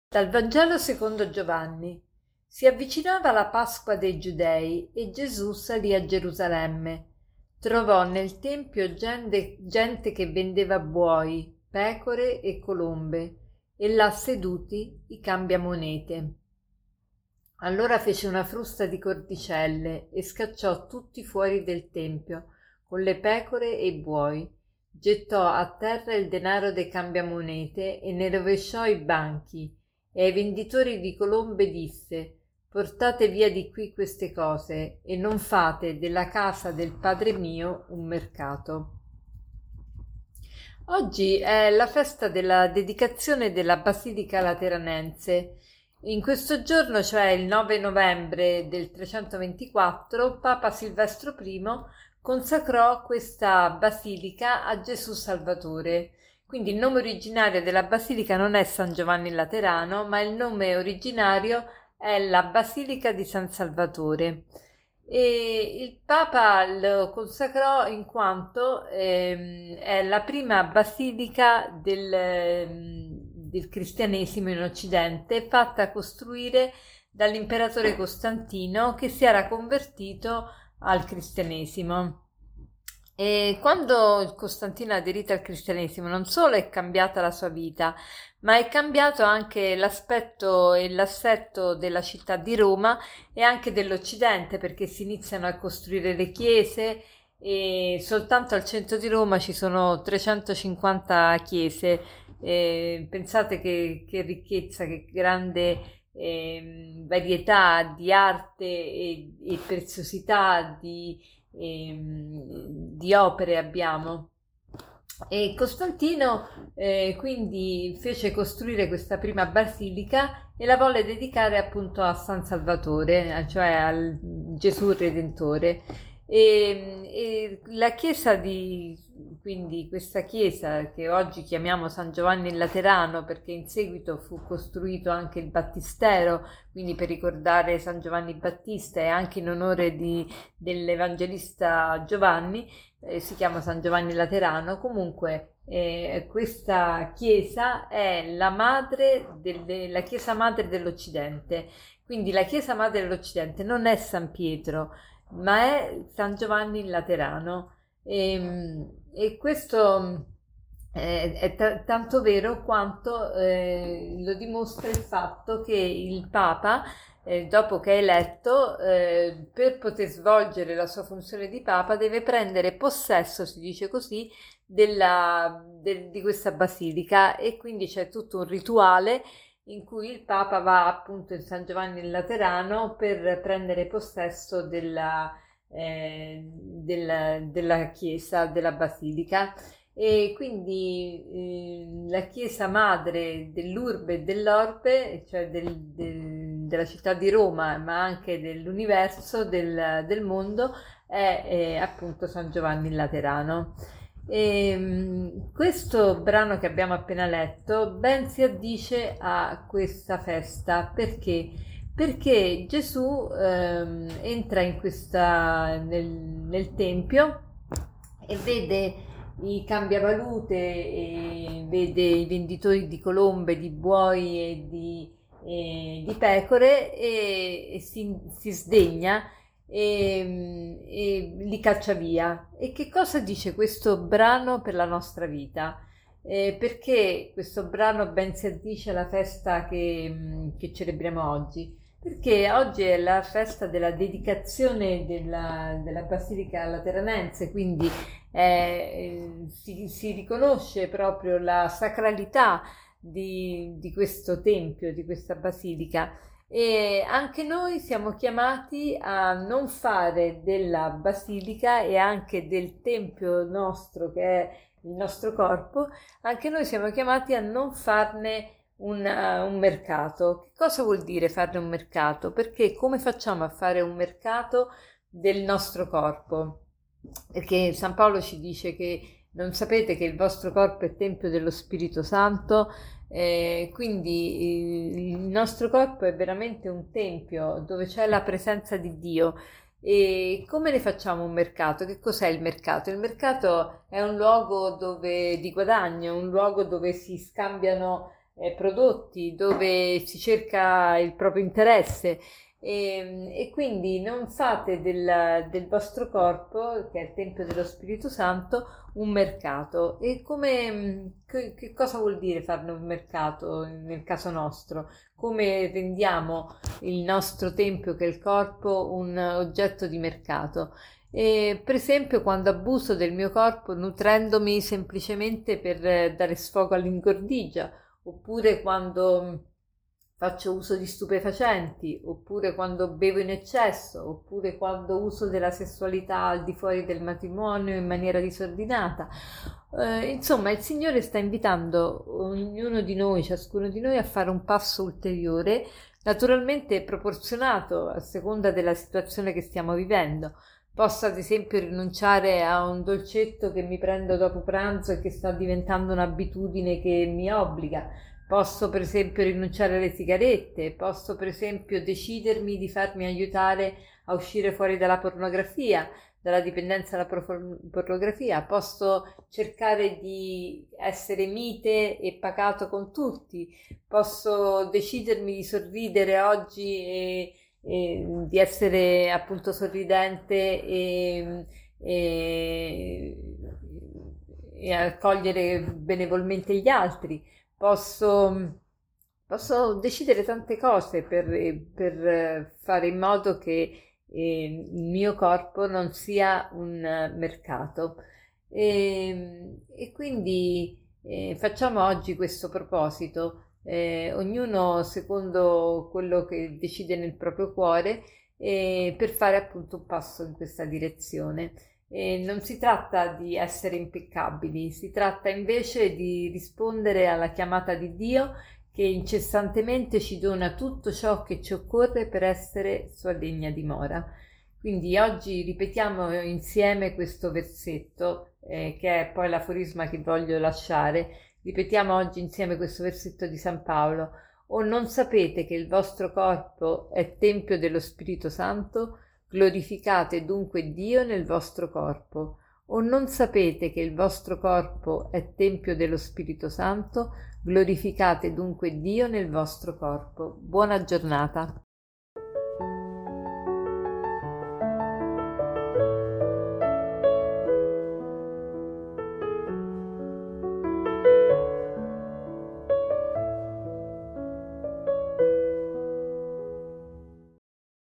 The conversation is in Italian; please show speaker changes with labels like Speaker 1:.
Speaker 1: Dal Vangelo secondo Giovanni. Si avvicinava la Pasqua dei Giudei e Gesù salì a Gerusalemme. Trovò nel tempio gente che vendeva buoi, pecore e colombe, e là seduti i cambiamonete. Allora fece una frusta di cordicelle e scacciò tutti fuori del tempio, con le pecore e i buoi. Gettò a terra il denaro dei cambiamonete e ne rovesciò i banchi, e ai venditori di colombe disse: Portate via di qui queste cose e non fate della casa del Padre mio un mercato. Oggi è la festa della dedicazione della Basilica Lateranense. In questo giorno, cioè il 9 novembre del 324, Papa Silvestro I consacrò questa basilica a Gesù Salvatore. Quindi il nome originario della basilica non è San Giovanni Laterano, ma il nome originario è la Basilica di San Salvatore. E il Papa lo consacrò in quanto è la prima basilica del cristianesimo in Occidente, fatta costruire dall'imperatore Costantino, che si era convertito al cristianesimo. E quando il Costantino ha aderito al cristianesimo, non solo è cambiata la sua vita, ma è cambiato anche l'aspetto e l'assetto della città di Roma e anche dell'Occidente, perché si iniziano a costruire le chiese e soltanto al centro di Roma ci sono 350 chiese. Pensate che ricchezza, che grande varietà di arte e preziosità di opere abbiamo. E Costantino quindi fece costruire questa prima basilica e la volle dedicare appunto a San Salvatore, cioè al Gesù Redentore. E la chiesa quindi questa chiesa che oggi chiamiamo San Giovanni il Laterano, perché in seguito fu costruito anche il battistero, quindi per ricordare San Giovanni Battista e anche in onore dell'Evangelista Giovanni, si chiama San Giovanni Laterano. Comunque questa chiesa è la chiesa madre dell'Occidente, quindi la chiesa madre dell'Occidente non è San Pietro, ma è San Giovanni il Laterano. E questo è tanto vero quanto lo dimostra il fatto che il Papa, dopo che è eletto, per poter svolgere la sua funzione di Papa, deve prendere possesso, si dice così, di questa basilica, e quindi c'è tutto un rituale in cui il Papa va appunto in San Giovanni il Laterano per prendere possesso della chiesa, della basilica. E quindi la chiesa madre dell'urbe e dell'orbe, cioè della città di Roma, ma anche dell'universo, del mondo, è appunto San Giovanni il Laterano. Questo brano che abbiamo appena letto ben si addice a questa festa. Perché Gesù entra nel tempio e vede i cambiavalute, e vede i venditori di colombe, di buoi e di pecore, e si sdegna e li caccia via. E che cosa dice questo brano per la nostra vita? Perché questo brano ben si addice alla festa che celebriamo oggi? Perché oggi è la festa della dedicazione della Basilica Lateranense, quindi si riconosce proprio la sacralità di questo tempio, di questa basilica. E anche noi siamo chiamati a non fare della basilica e anche del tempio nostro, che è il nostro corpo, anche noi siamo chiamati a non farne un mercato. Che cosa vuol dire farne un mercato? Perché come facciamo a fare un mercato del nostro corpo? Perché San Paolo ci dice che non sapete che il vostro corpo è tempio dello Spirito Santo. Quindi il nostro corpo è veramente un tempio dove c'è la presenza di Dio. E come ne facciamo un mercato? Che cos'è il mercato? Il mercato è un luogo di guadagno, un luogo dove si scambiano prodotti, dove si cerca il proprio interesse. E quindi non fate del vostro corpo, che è il Tempio dello Spirito Santo, un mercato. E che cosa vuol dire farne un mercato nel caso nostro? Come rendiamo il nostro tempio, che è il corpo, un oggetto di mercato? E per esempio, quando abuso del mio corpo nutrendomi semplicemente per dare sfogo all'ingordigia, oppure quando faccio uso di stupefacenti, oppure quando bevo in eccesso, oppure quando uso della sessualità al di fuori del matrimonio in maniera disordinata. Insomma, il Signore sta invitando ognuno di noi, ciascuno di noi, a fare un passo ulteriore, naturalmente proporzionato a seconda della situazione che stiamo vivendo. Posso ad esempio rinunciare a un dolcetto che mi prendo dopo pranzo e che sta diventando un'abitudine che mi obbliga. Posso per esempio rinunciare alle sigarette, posso per esempio decidermi di farmi aiutare a uscire fuori dalla pornografia, dalla dipendenza dalla pornografia, posso cercare di essere mite e pacato con tutti, posso decidermi di sorridere oggi e di essere appunto sorridente e, e accogliere benevolmente gli altri. Posso decidere tante cose per fare in modo che il mio corpo non sia un mercato. E quindi facciamo oggi questo proposito, ognuno secondo quello che decide nel proprio cuore, per fare appunto un passo in questa direzione. E non si tratta di essere impeccabili, si tratta invece di rispondere alla chiamata di Dio, che incessantemente ci dona tutto ciò che ci occorre per essere sua degna dimora. Quindi oggi ripetiamo insieme questo versetto, che è poi l'aforisma che voglio lasciare. Ripetiamo oggi insieme questo versetto di San Paolo. O non sapete che il vostro corpo è tempio dello Spirito Santo? Glorificate dunque Dio nel vostro corpo. O non sapete che il vostro corpo è tempio dello Spirito Santo? Glorificate dunque Dio nel vostro corpo. Buona giornata.